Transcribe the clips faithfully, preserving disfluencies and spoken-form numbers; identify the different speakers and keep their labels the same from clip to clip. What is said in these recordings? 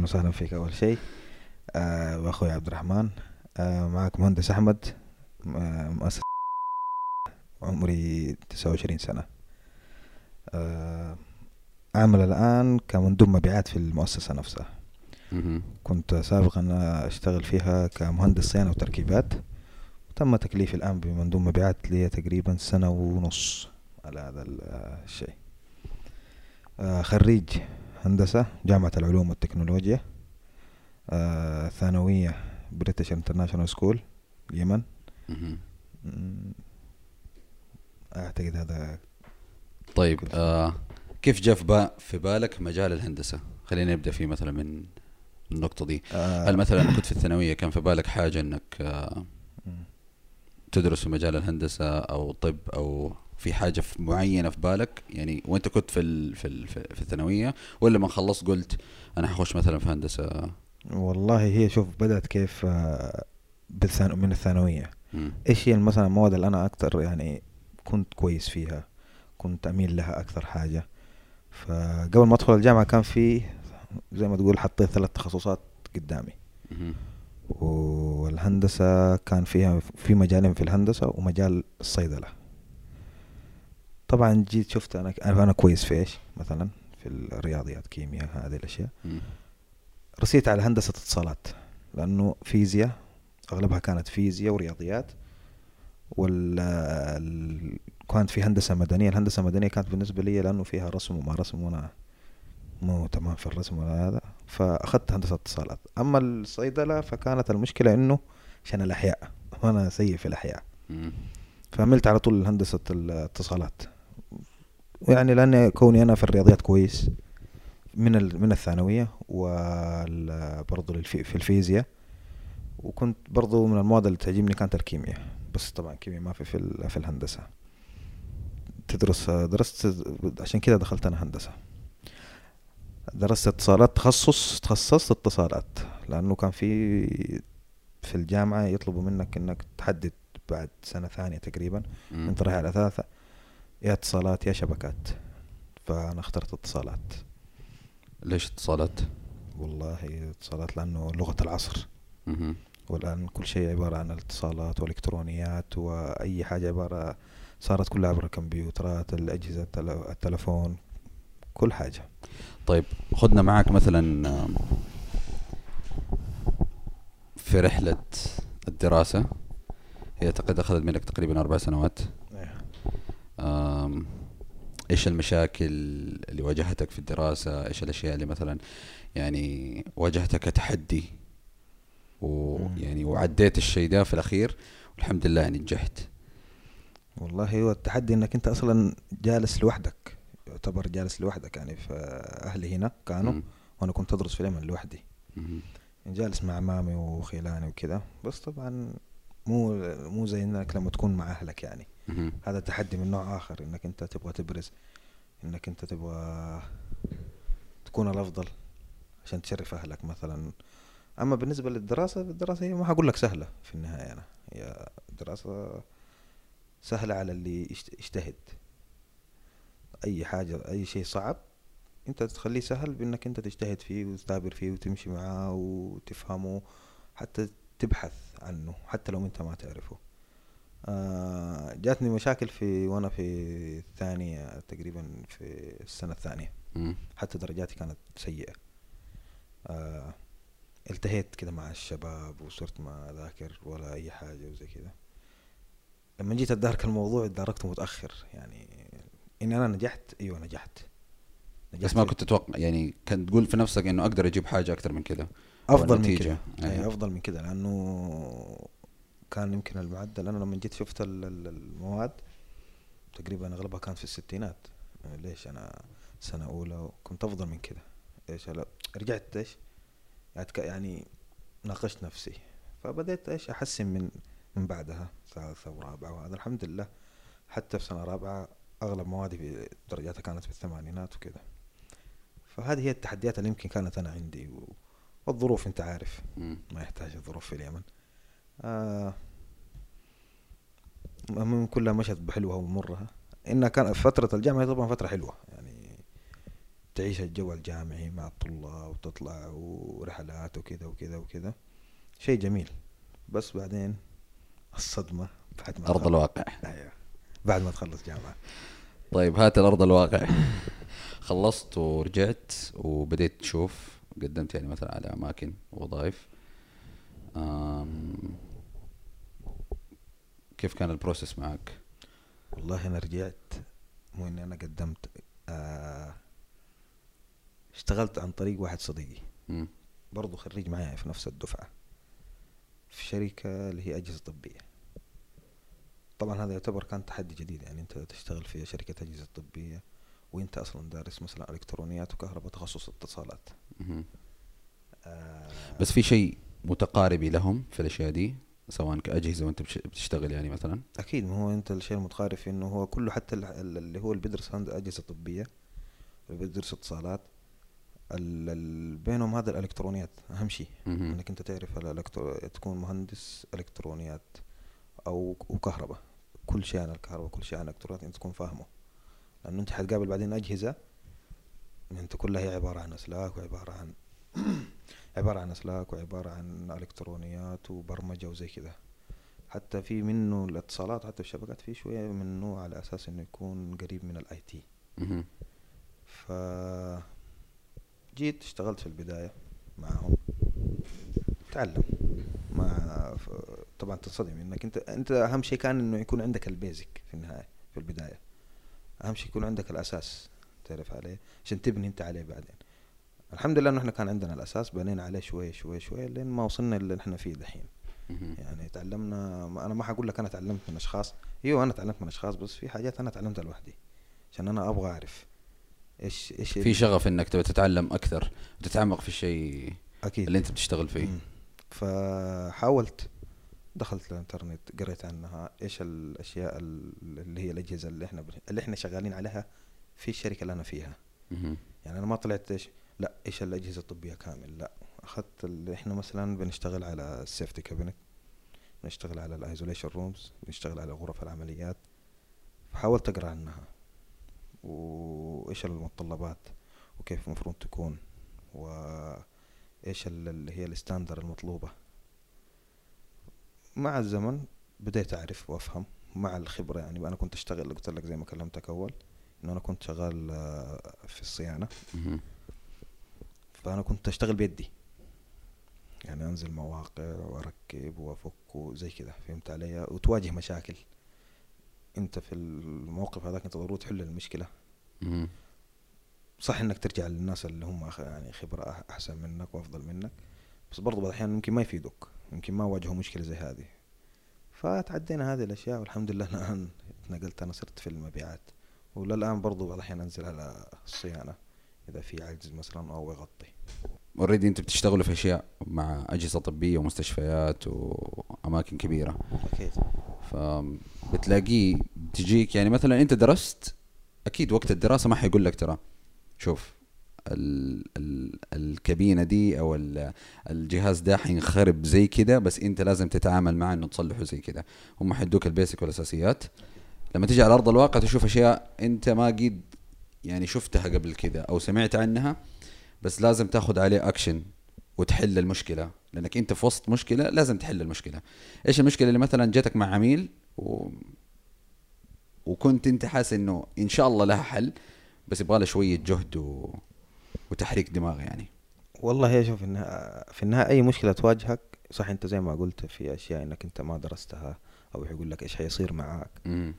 Speaker 1: وسهلا فيك أول شيء. آه وأخوي عبد الرحمن. آه معك مهندس أحمد. آه مؤسس. عمري تسعة وعشرين سنة. آه أعمل الآن كمندوب مبيعات في المؤسسة نفسها.
Speaker 2: مهم.
Speaker 1: كنت سابقا أشتغل فيها كمهندس صيانة وتركيبات. تم تكليفي الآن بمندوب مبيعات لي تقريبا سنة ونص على هذا الشيء. آه خريج هندسة جامعة العلوم والتكنولوجيا. آه ثانوية بريتش انترناشونال سكول اليمن.
Speaker 2: مهم.
Speaker 1: مم، اعتقد هذا
Speaker 2: طيب
Speaker 1: كل شيء.
Speaker 2: آه كيف جاء في با- في بالك مجال الهندسة؟ خلينا نبدأ فيه مثلا من النقطة دي. هل
Speaker 1: آه
Speaker 2: مثلا لما كنت في الثانوية كان في بالك حاجة انك آه
Speaker 1: مم.
Speaker 2: تدرس في مجال الهندسة او طب، او في حاجة في معينة في بالك يعني وانت كنت في ال في ال في في الثانوية، ولا ما خلصت قلت انا حخش مثلا في هندسة؟
Speaker 1: والله هي شوف بدأت كيف. آه بالثانو من الثانوية.
Speaker 2: مم.
Speaker 1: ايش هي مثلا المواد اللي انا اكتر يعني كنت كويس فيها، كنت اميل لها اكثر حاجة. فقبل ما ادخل الجامعة كان في زي ما تقول حطيت ثلاث تخصصات قدامي.
Speaker 2: مهم.
Speaker 1: والهندسة كان فيها في مجالين في الهندسة ومجال الصيدلة. طبعا جيت شفت انا انا أنا كويس في ايش مثلا في الرياضيات كيمياء هذه الاشياء.
Speaker 2: مم.
Speaker 1: رسيت على هندسة اتصالات لانه فيزياء اغلبها كانت فيزياء ورياضيات. وال ال- كانت في هندسة مدنية. الهندسة المدنية كانت بالنسبة لي لانه فيها رسم وما رسم وانا مو تمام في الرسم ولا هذا. فاخذت هندسة اتصالات. اما الصيدلة فكانت المشكلة انه عشان الاحياء وانا سيء في الاحياء.
Speaker 2: مم.
Speaker 1: فعملت على طول هندسة الاتصالات. يعني لأن كوني أنا في الرياضيات كويس من ال- من الثانوية وبرضه في الفيزياء. وكنت برضه من المواد اللي تعجبني كانت الكيمياء. بس طبعا الكيمياء ما في في, ال- في الهندسة تدرس. درست عشان كده دخلت أنا هندسة. درست اتصالات تخصص تخصصت اتصالات لأنه كان في في الجامعة يطلبوا منك إنك تحدد بعد سنة ثانية تقريبا
Speaker 2: مم.
Speaker 1: أنت رايح على ثالثة يا اتصالات يا شبكات. فأنا اخترت اتصالات.
Speaker 2: ليش اتصالات؟
Speaker 1: والله اتصالات لأنه لغة العصر.
Speaker 2: مهم.
Speaker 1: والآن كل شيء عبارة عن الاتصالات والإلكترونيات وأي حاجة عبارة صارت كلها عبارة كمبيوترات الأجهزة التل- التلفون كل حاجة.
Speaker 2: طيب خدنا معك مثلا آم، في رحلة الدراسة. هي تقد أخذت منك تقريبا أربع سنوات.
Speaker 1: إيه.
Speaker 2: آم، إيش المشاكل اللي واجهتك في الدراسة؟ إيش الأشياء اللي مثلا يعني واجهتك كتحدي
Speaker 1: مم.
Speaker 2: ويعني وعديت الشيء ده في الأخير والحمد لله يعني نجحت؟
Speaker 1: والله هو التحدي انك انت اصلا جالس لوحدك. يعتبر جالس لوحدك يعني. فاهلي هنا كانوا
Speaker 2: مم.
Speaker 1: وانا كنت ادرس في اليمن لوحدي.
Speaker 2: مم.
Speaker 1: يعني جالس مع عمامي وخيلاني وكذا. بس طبعا مو مو زي انك لما تكون مع اهلك يعني.
Speaker 2: مم.
Speaker 1: هذا تحدي من نوع آخر إنك أنت تبغى تبرز. إنك أنت تبغى تكون الأفضل عشان تشرف أهلك مثلا. أما بالنسبة للدراسة الدراسة هي ما هقول لك سهلة في النهاية. أنا هي دراسة سهلة على اللي يشت- يجتهد. أي حاجة أي شيء صعب أنت تخليه سهل بإنك أنت تجتهد فيه وتثابر فيه وتمشي معاه وتفهمه. حتى تبحث عنه حتى لو أنت ما تعرفه. آه جاتني مشاكل في وانا في الثانية تقريبا في السنة الثانية.
Speaker 2: مم.
Speaker 1: حتى درجاتي كانت سيئة. آه التهيت كده مع الشباب وصرت ما اذاكر ولا اي حاجة وزي كده. لما جيت اتدارك الموضوع اتداركته متأخر يعني. اني انا نجحت ايوه نجحت.
Speaker 2: بس
Speaker 1: نجحت
Speaker 2: ما
Speaker 1: في
Speaker 2: كنت تتوقع يعني كنت تقول في نفسك إنه أقدر أجيب حاجة أكتر من كده أو
Speaker 1: افضل من
Speaker 2: النتيجة؟
Speaker 1: كده.
Speaker 2: أيه.
Speaker 1: اي افضل من كده لانه كان يمكن المعدل انا لما جيت شفت ال- ال- المواد تقريبا اغلبها كانت في الستينات. آه، ليش انا سنة اولى وكنت افضل من كده. ايش لا رجعت ايش يعني اتك- يعني ناقشت نفسي. فبديت ايش احسن من من بعدها ثالثة ورابعة وهذا الحمد لله. حتى في سنة رابعة اغلب موادي في درجاتها كانت في الثمانينات وكده. فهذه هي التحديات اللي يمكن كانت انا عندي و... والظروف انت عارف
Speaker 2: مم.
Speaker 1: ما يحتاج الظروف في اليمن. آه المهم كلها مشت بحلوها ومرها. انها كان فترة الجامعة طبعا فترة حلوة يعني. تعيش الجو الجامعي مع الطلاب وتطلع ورحلات وكذا وكذا وكذا، شيء جميل. بس بعدين الصدمة بعد ما
Speaker 2: ارض
Speaker 1: تخلص.
Speaker 2: الواقع.
Speaker 1: ايوه، بعد ما تخلص جامعة.
Speaker 2: طيب هات الارض الواقع. خلصت ورجعت وبديت تشوف، قدمت يعني مثلا على اماكن وظائف. أم، كيف كان البروسيس معك؟
Speaker 1: والله انا رجعت، مو اني انا قدمت، آه اشتغلت عن طريق واحد صديقي
Speaker 2: مم.
Speaker 1: برضو خريج معايا في نفس الدفعة، في شركة اللي هي أجهزة طبية. طبعا هذا يعتبر كان تحدي جديد، يعني انت تشتغل في شركة أجهزة طبية وانت اصلا دارس مثلا الكترونيات وكهرباء تخصص اتصالات.
Speaker 2: مهم.
Speaker 1: آه
Speaker 2: بس في شيء متقاربي لهم في الاشياء دي، سواء كأجهزة وانت بش- بتشتغل يعني مثلا.
Speaker 1: اكيد، ما هو انت الشيء المتقارب في انه هو كله، حتى ال- ال- اللي هو اللي بيدرس هند- أجهزة طبية، اللي بيدرس اتصالات، ال- ال- بينهم هذا الالكترونيات اهم شيء.
Speaker 2: مهم.
Speaker 1: انك انت تعرف الالكترو تكون مهندس الكترونيات او وكهرباء، كل شيء عن الكهرباء، كل شيء عن الالكترونيات انت تكون فاهمه، لانه انت حتقابل بعدين اجهزة انت كلها هي عبارة عن اسلاك وعبارة عن عبارة عن اسلاك وعبارة عن الكترونيات وبرمجة وزي كذا. حتى في منه الاتصالات، حتى الشبكات في شوية منه على اساس انه يكون قريب من الاي تي.
Speaker 2: مهم.
Speaker 1: ف جيت اشتغلت في البداية معهم، تعلم مع ف- طبعا تتصدم انك انت انت اهم شيء كان انه يكون عندك البيزك في النهاية، في البداية اهم شيء يكون عندك الاساس تعرف عليه عشان تبني انت عليه بعدين. الحمد لله انه احنا كان عندنا الاساس، بنينا عليه شوي شوي شوي لين ما وصلنا اللي احنا فيه دحين.
Speaker 2: مهم.
Speaker 1: يعني تعلمنا، ما انا ما حقول لك انا تعلمت من اشخاص، ايوه انا تعلمت من اشخاص، بس في حاجات انا تعلمتها لوحدي عشان انا ابغى اعرف ايش ايش
Speaker 2: في
Speaker 1: ال-
Speaker 2: شغف انك تبي تتعلم اكثر وتتعمق في الشيء
Speaker 1: اكيد.
Speaker 2: اللي انت بتشتغل فيه.
Speaker 1: مم. فحاولت، دخلت الانترنت قريت عنها ايش الاشياء ال- اللي هي الاجهزه اللي احنا بن- اللي احنا شغالين عليها في الشركه اللي انا فيها.
Speaker 2: مهم.
Speaker 1: يعني انا ما طلعت ايش، لا ايش الاجهزه الطبيه كامل، لا اخذت اللي احنا مثلا بنشتغل على السيفتي كابينت، بنشتغل على الايزوليشن رومز، بنشتغل على غرف العمليات. فحاولت اقرا عنها وايش المتطلبات وكيف المفروض تكون وايش ال- اللي هي الستاندر المطلوبة. مع الزمن بديت اعرف وافهم مع الخبرة. يعني انا كنت اشتغل، قلت لك زي ما كلمتك اول انه انا كنت شغال آه، في الصيانة.
Speaker 2: مهم.
Speaker 1: فانا كنت اشتغل بيدي، يعني انزل مواقع واركب وافك وزي كذا، فهمت علي؟ وتواجه مشاكل انت في الموقف هذاك، انت ضروري تحل المشكلة.
Speaker 2: مهم.
Speaker 1: صح انك ترجع للناس اللي هم أخ- يعني خبرة أح- احسن منك وافضل منك، بس برضو بعض الاحيان ممكن ما يفيدوك، ممكن ما واجهوا مشكلة زي هذه. فتعدينا هذه الاشياء والحمد لله الان اتنقلت، انا صرت في المبيعات، وللان برضو بعض الاحيان انزل على الصيانة اذا في عجز مثلا او يغطي.
Speaker 2: اوريدي انت بتشتغلوا في اشياء مع اجهزه طبيه ومستشفيات واماكن كبيره،
Speaker 1: اكيد.
Speaker 2: فبتلاقيه تجيك يعني مثلا انت درست، اكيد وقت الدراسه ما حيقول لك ترى شوف ال ال الكابينه دي او ال الجهاز ده حينخرب زي كده، بس انت لازم تتعامل معه انه تصلحه زي كده. هم حيدوك البيسك والاساسيات. لما تيجي على ارض الواقع تشوف اشياء انت ما قد يعني شفتها قبل كده او سمعت عنها، بس لازم تاخد عليه اكشن وتحل المشكله، لانك انت في وسط مشكله لازم تحل المشكله. ايش المشكله اللي مثلا جاتك مع عميل و... وكنت انت حاسس انه ان شاء الله لها حل، بس يبغى له شويه جهد و... وتحريك دماغ يعني.
Speaker 1: والله هي شوف انها في النهاية اي مشكلة تواجهك، صح انت زي ما قلت في اشياء انك انت ما درستها او يقول لك ايش حيصير معاك،
Speaker 2: امم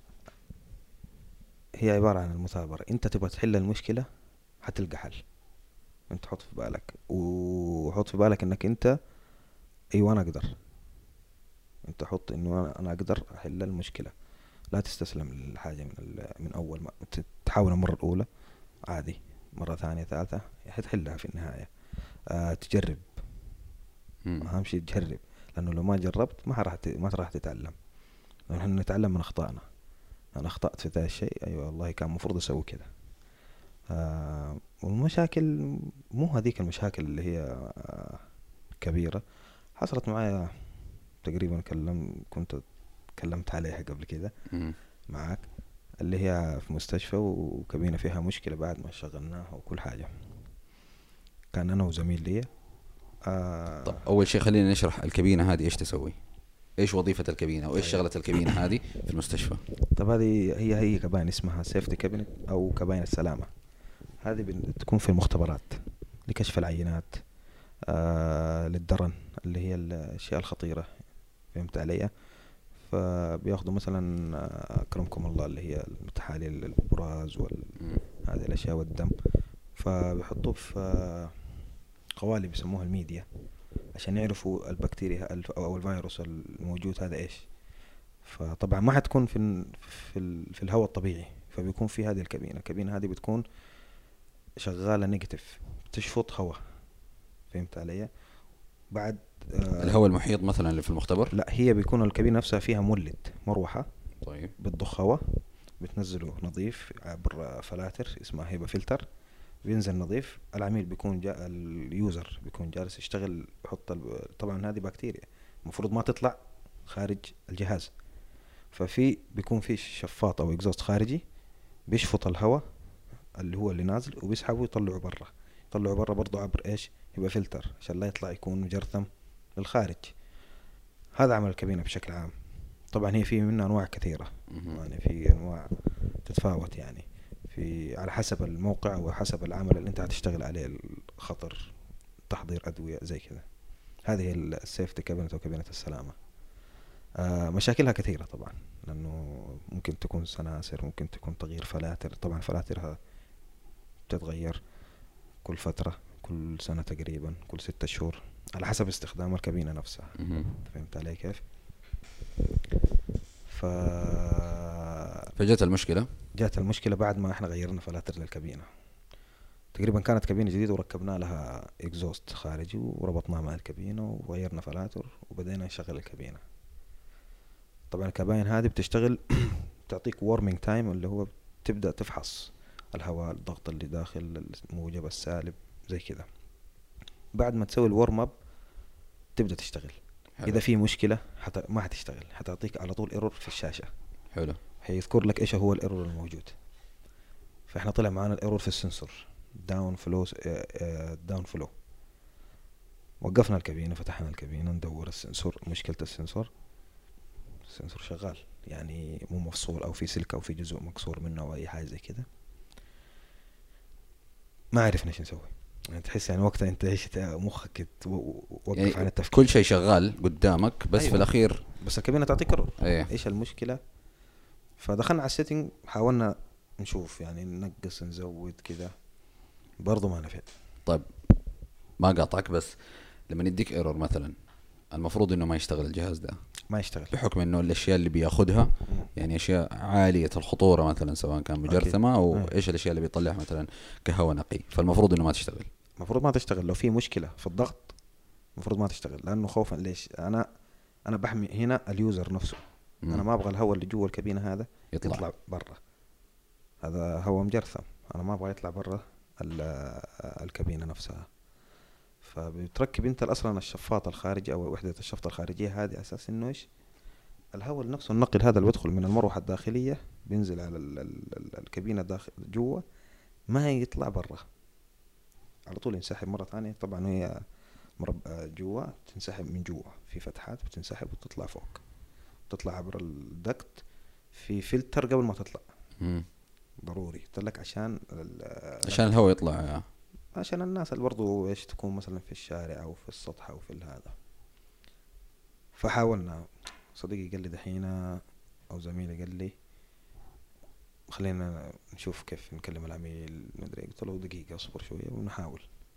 Speaker 1: هي عبارة عن المثابرة. انت تبغى تحل المشكلة حتلقى حل، انت حط في بالك وحط في بالك انك انت، ايوه انا اقدر. انت حط انه انا أنا اقدر احل المشكلة، لا تستسلم للحاجة من ال- من اول ما ت- تحاول المرة الاولى عادي، مرة ثانية ثالثة حتحلها في النهاية. آه تجرب،
Speaker 2: امم
Speaker 1: اهم شيء تجرب، لانه لو ما جربت ما راح ت- ما راح تتعلم. لأن احنا نتعلم من اخطائنا. انا اخطأت في ذا الشيء، ايوه والله كان المفروض اسوي كذا. آه والمشاكل مو هذيك المشاكل اللي هي آه كبيرة، حصلت معايا تقريبا، كلم كنت تكلمت عليها قبل كذا
Speaker 2: امم
Speaker 1: معاك، اللي هي في مستشفى وكابينة فيها مشكلة بعد ما شغلناها وكل حاجة. كان أنا وزميل لي. آه
Speaker 2: طب اول شيء خلينا نشرح الكابينه هذه ايش تسوي، ايش وظيفه الكابينه وايش
Speaker 1: طيب.
Speaker 2: شغله الكابينه هذه في المستشفى؟
Speaker 1: طب هذه هي هي كباين اسمها سيفتي كابينت أو كباين السلامة. هذه بتكون في المختبرات لكشف العينات، آه للدرن اللي هي الأشياء الخطيرة، فهمت علي؟ فبياخدوا مثلا آه، أكرمكم الله اللي هي تحاليل البراز
Speaker 2: مم.
Speaker 1: وهذه الأشياء والدم، فبيحطوه في آه، قوالب يسموها الميديا عشان يعرفوا البكتيريا الف- أو الفيروس الموجود هذا إيش. فطبعا ما حتكون في ال- في ال- في الهواء الطبيعي، فبيكون في هذه الكابينة. الكابينة هذه بتكون شغالة نيجاتيف، تشفط هواء، فهمت علي؟ بعد آه
Speaker 2: الهواء المحيط مثلا اللي في المختبر؟
Speaker 1: لا، هي بيكون الكابينة نفسها فيها مولد مروحة
Speaker 2: طيب.
Speaker 1: بتضخ هواء، بتنزله نظيف عبر فلاتر اسمها هيبة فلتر، بينزل نظيف. العميل بيكون جا اليوزر بيكون جالس يشتغل، يحط ال- طبعا هذه بكتيريا المفروض ما تطلع خارج الجهاز، ففي بيكون في شفاط او اكزوست خارجي بيشفط الهواء اللي هو اللي نازل وبيسحبه ويطلعه برا. يطلعه برا برضو عبر ايش؟ يبقى فلتر عشان لا يطلع يكون مجرثم للخارج. هذا عمل الكابينة بشكل عام. طبعا هي في منها انواع كثيرة،
Speaker 2: مهم.
Speaker 1: يعني في انواع تتفاوت، يعني في على حسب الموقع وحسب العمل اللي انت هتشتغل عليه، الخطر، تحضير ادوية زي كذا. هذه السيفتي كابينت او كابينة السلامة. آه مشاكلها كثيرة طبعا، لانه ممكن تكون سناسر، ممكن تكون تغيير فلاتر. طبعا فلاترها تتغير كل فترة، كل سنة تقريبا، كل ستة شهور، على حسب استخدام الكابينة نفسها.
Speaker 2: مهم.
Speaker 1: فهمت علي كيف؟ ف
Speaker 2: فجت المشكله.
Speaker 1: جات المشكلة بعد ما احنا غيرنا فلاتر للكابينة. تقريبا كانت كابينة جديدة وركبنا لها اكزوست خارجي وربطناه مع الكابينة وغيرنا فلاتر وبدينا نشغل الكابينة. طبعا الكابين هذه بتشتغل تعطيك وارمينج تايم، اللي هو تبدأ تفحص الهواء، الضغط اللي داخل، الموجب السالب زي كذا. بعد ما تسوي الورم اب تبدأ تشتغل.
Speaker 2: حلو.
Speaker 1: اذا في مشكلة حت... ما حتشتغل، حتعطيك على طول ايرور في الشاشة،
Speaker 2: حلو.
Speaker 1: هيذكر لك ايش هو الايرور الموجود. فاحنا طلع معانا الايرور في السنسور داون فلو. داون فلو. وقفنا الكابينة، فتحنا الكابينة ندور السنسور، مشكلة السنسور. السنسور شغال، يعني مو مفصول او في سلك او في جزء مكسور منه او اي حاجة زي كده. ما عرفنا ايش نسوي، يعني تحس يعني وقتها انت ايش مخك توقف
Speaker 2: يعني
Speaker 1: عن التفكير.
Speaker 2: كل شيء شغال قدامك بس
Speaker 1: أيوة.
Speaker 2: في الاخير
Speaker 1: بس الكابينة تعطيك ايرور،
Speaker 2: ايه.
Speaker 1: ايش المشكلة؟ فدخلنا على السيتنج، حاولنا نشوف يعني ننقص نزود كذا، برضو ما نفع.
Speaker 2: طيب ما قاطعك، بس لما يديك ايرور مثلا المفروض انه ما يشتغل الجهاز ده
Speaker 1: ما يشتغل
Speaker 2: بحكم انه الاشياء اللي بياخدها يعني اشياء عاليه الخطوره مثلا، سواء كان مجرثمه او
Speaker 1: أكيد.
Speaker 2: ايش الاشياء اللي بيطلعها مثلا كهواء نقي، فالمفروض انه ما تشتغل.
Speaker 1: المفروض ما تشتغل. لو في مشكلة في الضغط المفروض ما تشتغل، لانه خوفا ليش انا انا بحمي هنا اليوزر نفسه.
Speaker 2: مم.
Speaker 1: انا ما ابغى الهواء اللي جوا الكابينة هذا
Speaker 2: يطلع,
Speaker 1: يطلع برا، هذا هواء مجرثم، انا ما ابغى يطلع برا الكابينة نفسها. فبتركب انت اصلا الشفاط الخارجي او وحدة الشفط الخارجية هذه، اساس انه ايش؟ الهواء نفسه النقل هذا اللي بيدخل من المروحة الداخلية بينزل على ال- ال- ال- الكابينة داخل جوا، ما يطلع برا، على طول ينسحب مرة ثانية. طبعا هي مرب جوا، تنسحب من جوا في فتحات، بتنسحب وتطلع فوق، تطلع عبر الدكت في فلتر قبل ما تطلع.
Speaker 2: مم.
Speaker 1: ضروري قلت لك عشان ال-
Speaker 2: عشان الهواء يطلع.
Speaker 1: عشان الناس اللي برضو ايش تكون مثلا في الشارع او في السطح او في هذا. فحاولنا، صديقي قال لي دحين او زميلي قال لي خلينا نشوف كيف نكلم العميل مدري. قلت له دقيقة اصبر شوية ونحاول.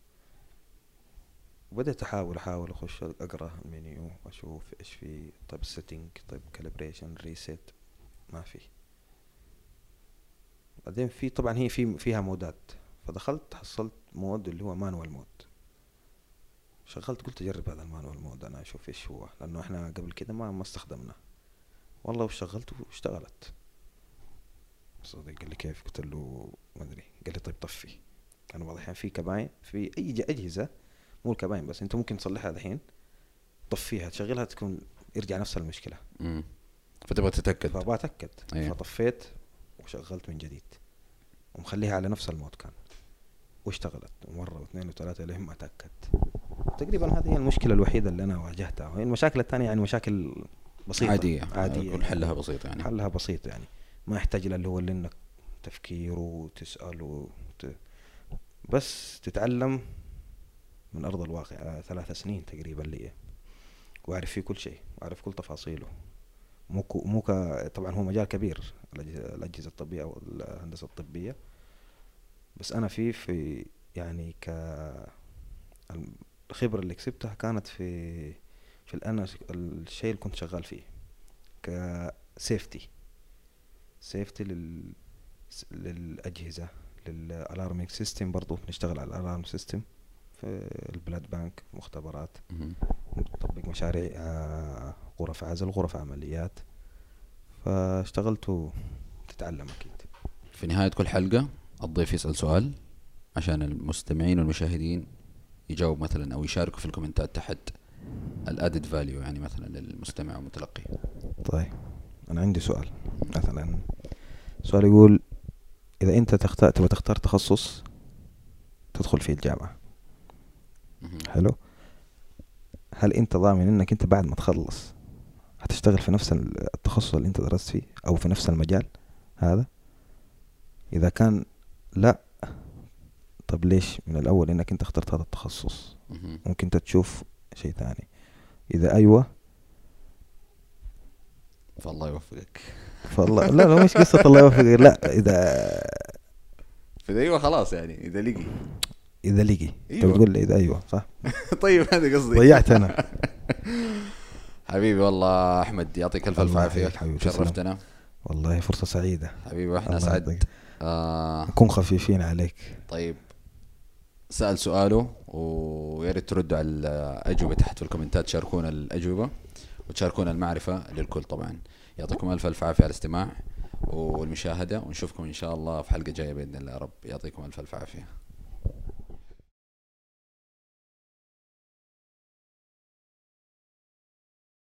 Speaker 1: وبدأت احاول احاول اخش اقرا المنيو واشوف ايش في. طيب سيتنج، طيب كاليبريشن، ريسيت، ما في. بعدين في طبعا هي في فيها مودات، فدخلت حصلت مود اللي هو مانوال مود. شغلت قلت اجرب هذا المانوال مود انا اشوف ايش هو، لانه احنا قبل كده ما ما استخدمنا. والله وشغلت واشتغلت. صديق قال لي كيف؟ قلت له ما ادري. قال لي طيب طفي. انا بعض الاحيان في كباين في اي ج- اجهزه، مو الكباين بس، انت ممكن تصلحها الحين طفيها تشغلها تكون يرجع نفس المشكله.
Speaker 2: مم. فتبغى تتاكد.
Speaker 1: فابغى اتاكد.
Speaker 2: أيه.
Speaker 1: فطفيت وشغلت من جديد ومخليها على نفس المود كان، واشتغلت مرة واثنين وثلاثة لين ما تأكد. تقريبا هذه هي المشكلة الوحيدة اللي أنا واجهتها. وهي المشاكل الثانية يعني مشاكل بسيطة
Speaker 2: عادية
Speaker 1: عادية
Speaker 2: يكون حلها بسيط يعني.
Speaker 1: حلها بسيط يعني، ما يحتاج إلى اللي هو اللي إنك تفكير وتسأل وت... بس تتعلم من أرض الواقع. آه ثلاث سنين تقريبا لي وأعرف فيه كل شيء وأعرف كل تفاصيله. مو كو مو ك... طبعا هو مجال كبير الأجهزة الطبية أو الهندسة الطبية، بس أنا فيه في يعني ك الخبرة اللي كسبتها كانت في في الأنا الشيء اللي كنت شغال فيه كسيفتي سيفتي لل للأجهزة للألارمينج سيستم. برضو نشتغل على الألارم سيستم في البلاد بانك، مختبرات، نطبق مشاريع آه غرف عزل، غرف عمليات. فاشتغلت وتتعلم أكيد.
Speaker 2: في نهاية كل حلقة الضيف يسأل سؤال عشان المستمعين والمشاهدين يجاوب مثلا أو يشاركوا في الكومنتات تحت الأدد فاليو يعني مثلا للمستمع والمتلقي.
Speaker 1: طيب أنا عندي سؤال. مثلا سؤال يقول إذا أنت تختار تبغى تختار تخصص تدخل فيه الجامعة، حلو، هل أنت ضامن إنك أنت بعد ما تخلص هتشتغل في نفس التخصص اللي أنت درست فيه أو في نفس المجال هذا؟ إذا كان لا، طب ليش من الأول إنك أنت اخترت هذا التخصص؟ ممكن تشوف شيء ثاني. إذا أيوة
Speaker 2: فالله يوفقك.
Speaker 1: فالله لا لا مش قصة الله يوفقك، لا إذا
Speaker 2: في أيوة خلاص يعني إذا لقي
Speaker 1: إذا لقي
Speaker 2: أيوة.
Speaker 1: أنت بتقول لي إذا أيوة صح.
Speaker 2: طيب هذا قصدي.
Speaker 1: ضيعت أنا.
Speaker 2: حبيبي والله أحمد يعطيك ألف ألف عافية، شرفتنا
Speaker 1: والله، فرصة سعيدة
Speaker 2: حبيبي وإحنا سعد
Speaker 1: آه نكون خفيفين عليك.
Speaker 2: طيب سأل سؤاله وياريت تردوا على الأجوبة تحت في الكومنتات، شاركونا الأجوبة وتشاركونا المعرفة للكل طبعا. يعطيكم ألف ألف عافية على الاستماع والمشاهدة، ونشوفكم إن شاء الله في حلقة جاية بإذن الله يا رب. يعطيكم ألف ألف عافية.